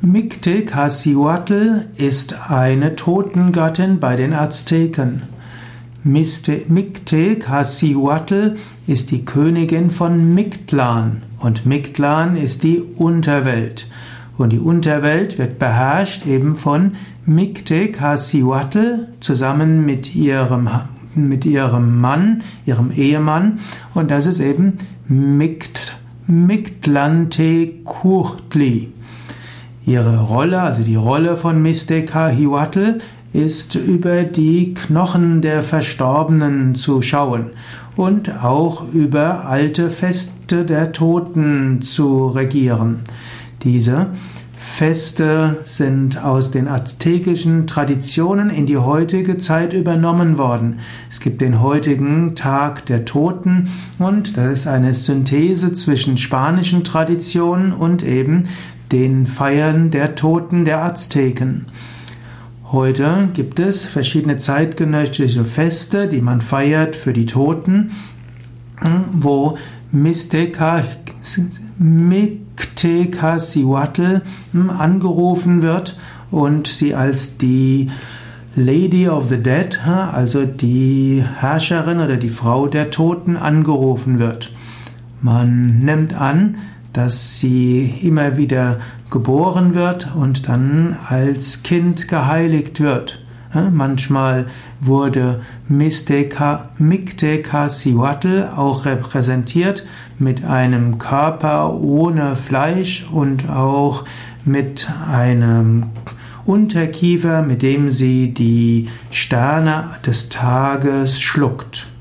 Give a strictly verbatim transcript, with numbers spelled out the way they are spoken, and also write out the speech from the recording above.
Mictecacihuatl ist eine Totengöttin bei den Azteken. Mictecacihuatl ist die Königin von Mictlan und Mictlan ist die Unterwelt. Und die Unterwelt wird beherrscht eben von Mictecacihuatl zusammen mit ihrem, mit ihrem Mann, ihrem Ehemann, und das ist eben Mict, Mictlantecutli. Ihre Rolle, also die Rolle von Mictecacihuatl, ist über die Knochen der Verstorbenen zu schauen und auch über alte Feste der Toten zu regieren. Diese Feste sind aus den aztekischen Traditionen in die heutige Zeit übernommen worden. Es gibt den heutigen Tag der Toten und das ist eine Synthese zwischen spanischen Traditionen und eben den Feiern der Toten der Azteken. Heute gibt es verschiedene zeitgenössische Feste, die man feiert für die Toten, wo Mictecacihuatl angerufen wird und sie als die Lady of the Dead, also die Herrscherin oder die Frau der Toten, angerufen wird. Man nimmt an, dass sie immer wieder geboren wird und dann als Kind geheiligt wird. Manchmal wurde Mictecacihuatl auch repräsentiert mit einem Körper ohne Fleisch und auch mit einem Unterkiefer, mit dem sie die Sterne des Tages schluckt.